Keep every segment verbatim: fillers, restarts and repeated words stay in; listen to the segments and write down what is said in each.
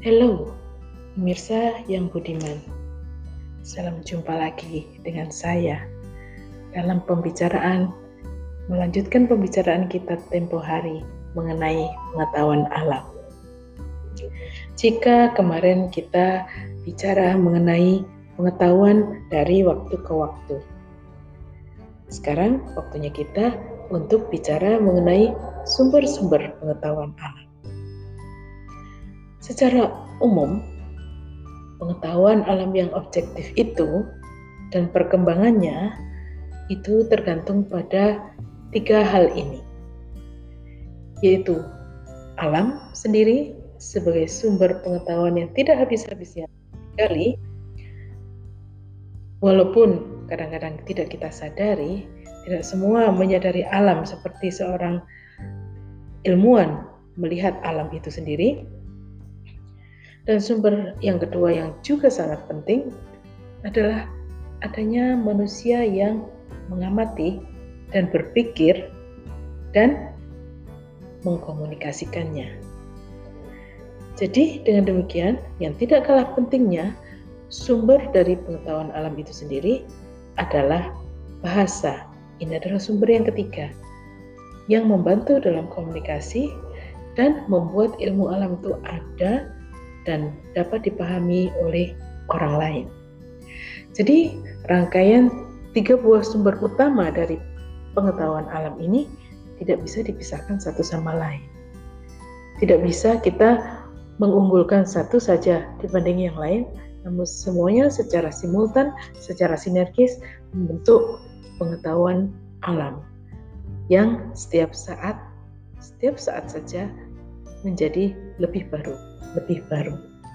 Halo, pemirsa yang budiman. Salam jumpa lagi dengan saya dalam pembicaraan, melanjutkan pembicaraan kita tempo hari mengenai pengetahuan alam. Jika kemarin kita bicara mengenai pengetahuan dari waktu ke waktu, sekarang waktunya kita untuk bicara mengenai sumber-sumber pengetahuan alam. Secara umum, pengetahuan alam yang objektif itu dan perkembangannya itu tergantung pada tiga hal ini, yaitu alam sendiri sebagai sumber pengetahuan yang tidak habis-habisnya digali, walaupun kadang-kadang tidak kita sadari, tidak semua menyadari alam seperti seorang ilmuwan melihat alam itu sendiri. Dan sumber yang kedua yang juga sangat penting adalah adanya manusia yang mengamati dan berpikir dan mengkomunikasikannya. Jadi dengan demikian, yang tidak kalah pentingnya, sumber dari pengetahuan alam itu sendiri adalah bahasa. Ini adalah sumber yang ketiga yang membantu dalam komunikasi dan membuat ilmu alam itu ada dan dapat dipahami oleh orang lain. Jadi rangkaian tiga buah sumber utama dari pengetahuan alam ini tidak bisa dipisahkan satu sama lain. Tidak bisa kita mengunggulkan satu saja dibanding yang lain, namun semuanya secara simultan, secara sinergis membentuk pengetahuan alam yang setiap saat, setiap saat saja menjadi lebih baru. lebih baru.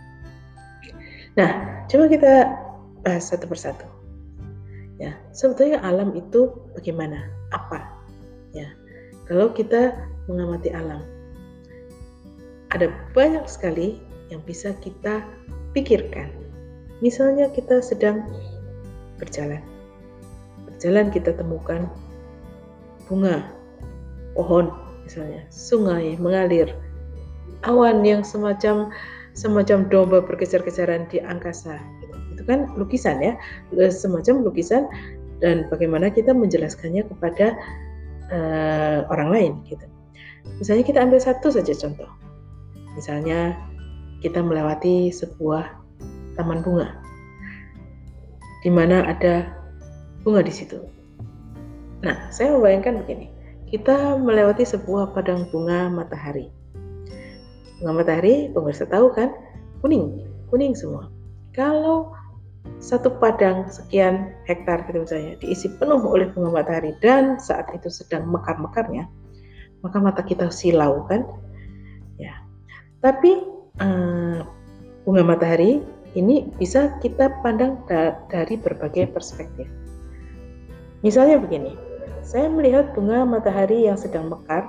Nah, coba kita bahas satu persatu. Ya, sebetulnya alam itu bagaimana? Apa? Ya, kalau kita mengamati alam, ada banyak sekali yang bisa kita pikirkan. Misalnya kita sedang berjalan, berjalan kita temukan bunga, pohon, misalnya sungai mengalir, awan yang semacam semacam domba berkejar-kejaran di angkasa. Itu kan lukisan ya, semacam lukisan, dan bagaimana kita menjelaskannya kepada uh, orang lain gitu. Misalnya kita ambil satu saja contoh. Misalnya kita melewati sebuah taman bunga, di mana ada bunga di situ. Nah, saya membayangkan begini, kita melewati sebuah padang bunga matahari. Bunga matahari, pemirsa tahu kan, kuning, kuning semua. Kalau satu padang sekian hektar gitu misalnya diisi penuh oleh bunga matahari dan saat itu sedang mekar-mekarnya, maka mata kita silau kan, ya. Tapi eh, bunga matahari ini bisa kita pandang da- dari berbagai perspektif. Misalnya begini, saya melihat bunga matahari yang sedang mekar.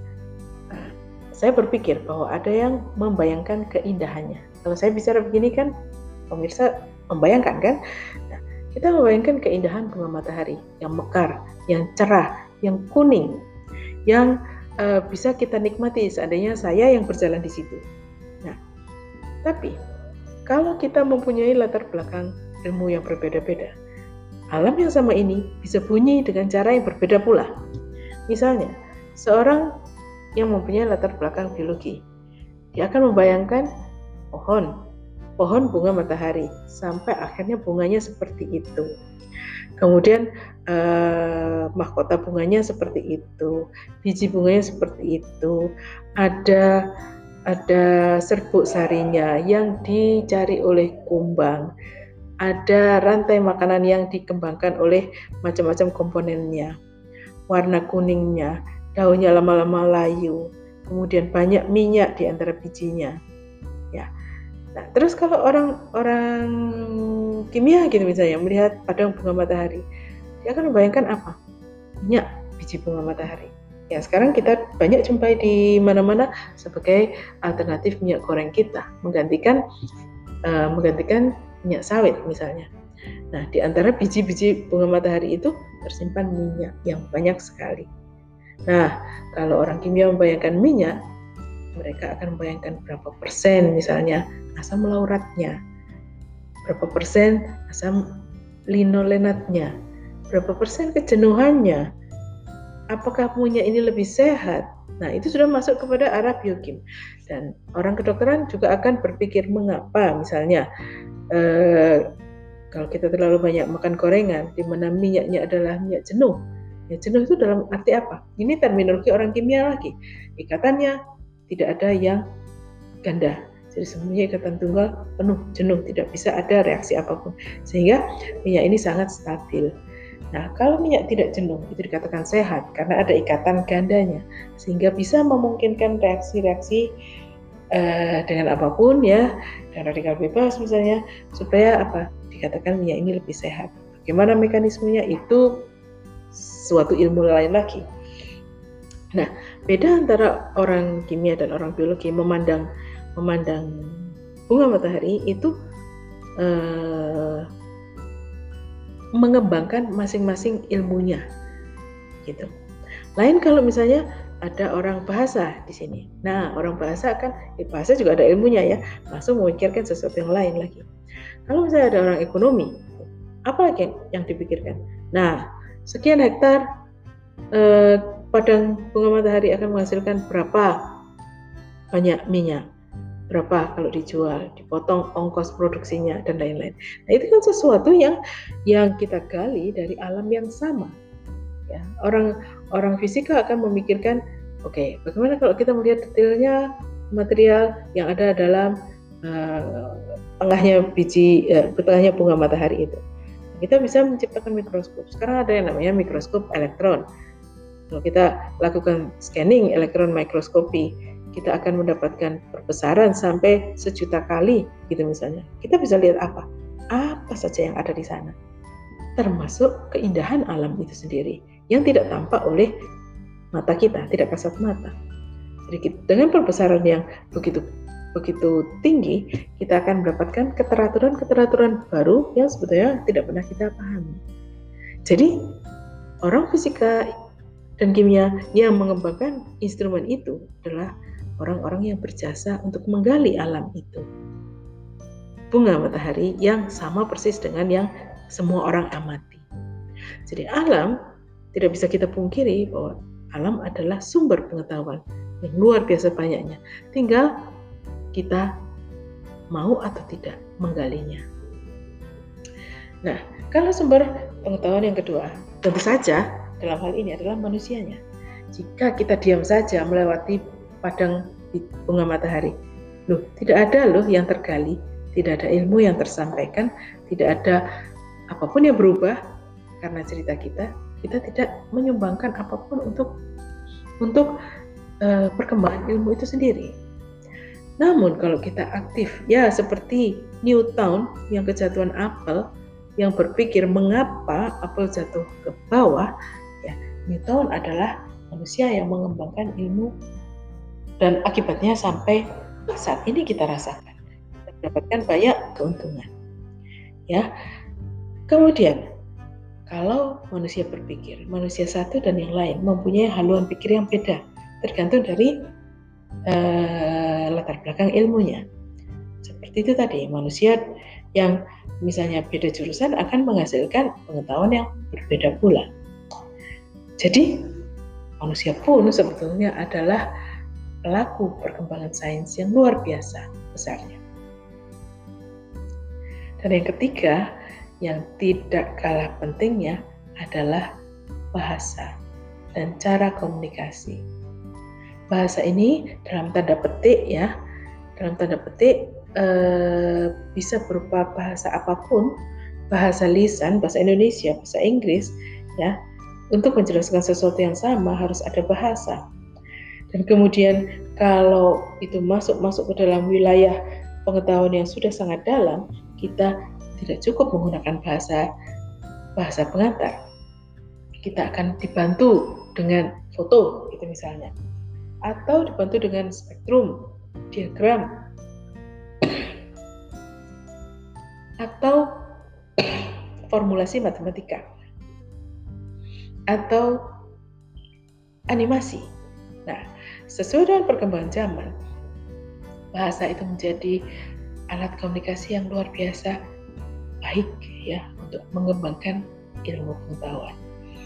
Saya berpikir bahwa ada yang membayangkan keindahannya. Kalau saya bicara begini kan, pemirsa membayangkan kan? Nah, kita membayangkan keindahan bunga matahari yang mekar, yang cerah, yang kuning, yang uh, bisa kita nikmati seandainya saya yang berjalan di situ. Nah, tapi kalau kita mempunyai latar belakang ilmu yang berbeda-beda, alam yang sama ini bisa bunyi dengan cara yang berbeda pula. Misalnya, seorang yang mempunyai latar belakang biologi, dia akan membayangkan pohon, pohon bunga matahari, sampai akhirnya bunganya seperti itu. Kemudian eh, mahkota bunganya seperti itu, biji bunganya seperti itu, ada ada serbuk sarinya yang dicari oleh kumbang, ada rantai makanan yang dikembangkan oleh macam-macam komponennya, warna kuningnya, daunnya lama-lama layu, kemudian banyak minyak di antara bijinya. Ya. Nah, terus kalau orang-orang kimia gitu misalnya melihat padang bunga matahari, dia akan membayangkan apa? Minyak biji bunga matahari. Ya, sekarang kita banyak jumpai di mana-mana sebagai alternatif minyak goreng kita, menggantikan uh, menggantikan minyak sawit misalnya. Nah, di antara biji-biji bunga matahari itu tersimpan minyak yang banyak sekali. Nah, kalau orang kimia membayangkan minyak, mereka akan membayangkan berapa persen misalnya asam lauratnya, berapa persen asam linolenatnya, berapa persen kejenuhannya, apakah punya ini lebih sehat. Nah, itu sudah masuk kepada arah biokim. Dan orang kedokteran juga akan berpikir mengapa misalnya eh, kalau kita terlalu banyak makan gorengan, di mana minyaknya adalah minyak jenuh. Ya, jenuh itu dalam arti apa? Ini terminologi orang kimia lagi. Ikatannya tidak ada yang ganda. Jadi semuanya ikatan tunggal penuh, jenuh, tidak bisa ada reaksi apapun. Sehingga minyak ini sangat stabil. Nah, kalau minyak tidak jenuh, itu dikatakan sehat karena ada ikatan gandanya. Sehingga bisa memungkinkan reaksi-reaksi uh, dengan apapun ya, dan radikal bebas misalnya, supaya apa? Dikatakan minyak ini lebih sehat. Bagaimana mekanismenya itu suatu ilmu lain lagi. Nah, beda antara orang kimia dan orang biologi memandang memandang bunga matahari itu eh, mengembangkan masing-masing ilmunya, gitu. Lain kalau misalnya ada orang bahasa di sini. Nah, orang bahasa kan, eh, bahasa juga ada ilmunya ya, langsung memikirkan sesuatu yang lain lagi. Kalau misalnya ada orang ekonomi, apa lagi yang dipikirkan? Nah, sekian hektar eh, padang bunga matahari akan menghasilkan berapa banyak minyak, berapa kalau dijual, dipotong ongkos produksinya dan lain-lain. Nah, itu kan sesuatu yang yang kita gali dari alam yang sama. Ya, orang orang fisika akan memikirkan, oke, okay, bagaimana kalau kita melihat detailnya material yang ada dalam uh, tengahnya biji, uh, tengahnya bunga matahari itu. Kita bisa menciptakan mikroskop. Sekarang ada yang namanya mikroskop elektron. Kalau kita lakukan scanning elektron mikroskopi, kita akan mendapatkan perbesaran sampai sejuta kali, gitu misalnya. Kita bisa lihat apa? Apa saja yang ada di sana. Termasuk keindahan alam itu sendiri, yang tidak tampak oleh mata kita, tidak kasat mata. Jadi dengan perbesaran yang begitu begitu tinggi, kita akan mendapatkan keteraturan-keteraturan baru yang sebetulnya tidak pernah kita pahami. Jadi orang fisika dan kimia yang mengembangkan instrumen itu adalah orang-orang yang berjasa untuk menggali alam itu. Bunga matahari yang sama persis dengan yang semua orang amati. Jadi alam tidak bisa kita pungkiri bahwa alam adalah sumber pengetahuan yang luar biasa banyaknya. Tinggal kita mau atau tidak menggalinya. Nah, kalau sumber pengetahuan yang kedua, tentu saja dalam hal ini adalah manusianya. Jika kita diam saja melewati padang bunga matahari, loh, tidak ada loh yang tergali, tidak ada ilmu yang tersampaikan, tidak ada apapun yang berubah karena cerita kita, kita tidak menyumbangkan apapun untuk untuk uh, perkembangan ilmu itu sendiri. Namun kalau kita aktif, ya seperti Newton yang kejatuhan apel, yang berpikir mengapa apel jatuh ke bawah, ya Newton adalah manusia yang mengembangkan ilmu dan akibatnya sampai saat ini kita rasakan, kita mendapatkan banyak keuntungan. Ya, kemudian kalau manusia berpikir, manusia satu dan yang lain mempunyai haluan pikir yang beda, tergantung dari uh, latar belakang ilmunya. Seperti itu tadi, manusia yang misalnya beda jurusan akan menghasilkan pengetahuan yang berbeda pula. Jadi manusia pun sebetulnya adalah pelaku perkembangan sains yang luar biasa besarnya. Dan yang ketiga, yang tidak kalah pentingnya adalah bahasa dan cara komunikasi. Bahasa ini dalam tanda petik ya, dalam tanda petik eh, bisa berupa bahasa apapun, bahasa lisan, bahasa Indonesia, bahasa Inggris ya. Untuk menjelaskan sesuatu yang sama harus ada bahasa. Dan kemudian kalau itu masuk-masuk ke dalam wilayah pengetahuan yang sudah sangat dalam, kita tidak cukup menggunakan bahasa bahasa pengantar. Kita akan dibantu dengan foto, gitu misalnya, atau dibantu dengan spektrum, diagram, atau formulasi matematika, atau animasi. Nah, sesuai dengan perkembangan zaman, bahasa itu menjadi alat komunikasi yang luar biasa baik ya untuk mengembangkan ilmu pengetahuan.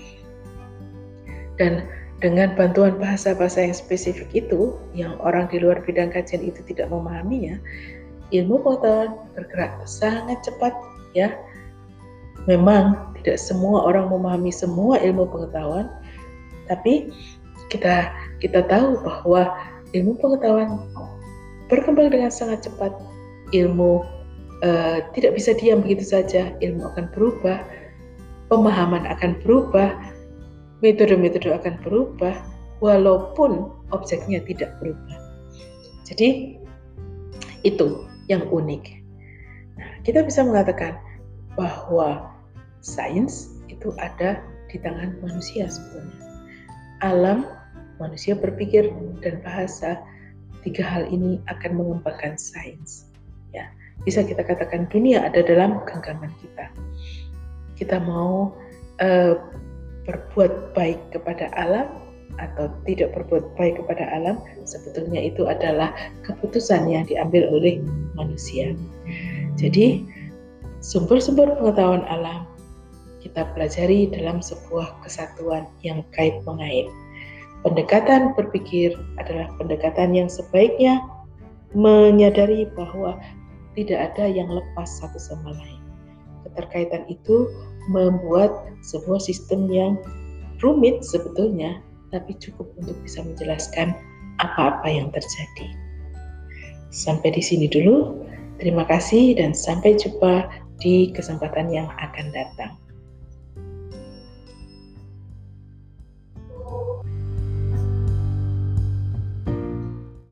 Dan dengan bantuan bahasa-bahasa yang spesifik itu, yang orang di luar bidang kajian itu tidak memahaminya, ilmu pengetahuan bergerak sangat cepat ya. Memang tidak semua orang memahami semua ilmu pengetahuan, tapi kita kita tahu bahwa ilmu pengetahuan berkembang dengan sangat cepat. Ilmu uh, tidak bisa diam begitu saja, ilmu akan berubah, pemahaman akan berubah, metode-metode akan berubah, walaupun objeknya tidak berubah. Jadi itu yang unik. Nah, kita bisa mengatakan bahwa sains itu ada di tangan manusia sebetulnya. Alam, manusia berpikir, dan bahasa, tiga hal ini akan mengembangkan sains. Ya, bisa kita katakan dunia ada dalam genggaman kita. Kita mau uh, berbuat baik kepada alam atau tidak berbuat baik kepada alam, sebetulnya itu adalah keputusan yang diambil oleh manusia. Jadi, sumber-sumber pengetahuan alam kita pelajari dalam sebuah kesatuan yang kait mengait. Pendekatan berpikir adalah pendekatan yang sebaiknya menyadari bahwa tidak ada yang lepas satu sama lain. Keterkaitan itu membuat sebuah sistem yang rumit sebetulnya, tapi cukup untuk bisa menjelaskan apa-apa yang terjadi. Sampai di sini dulu. Terima kasih dan sampai jumpa di kesempatan yang akan datang.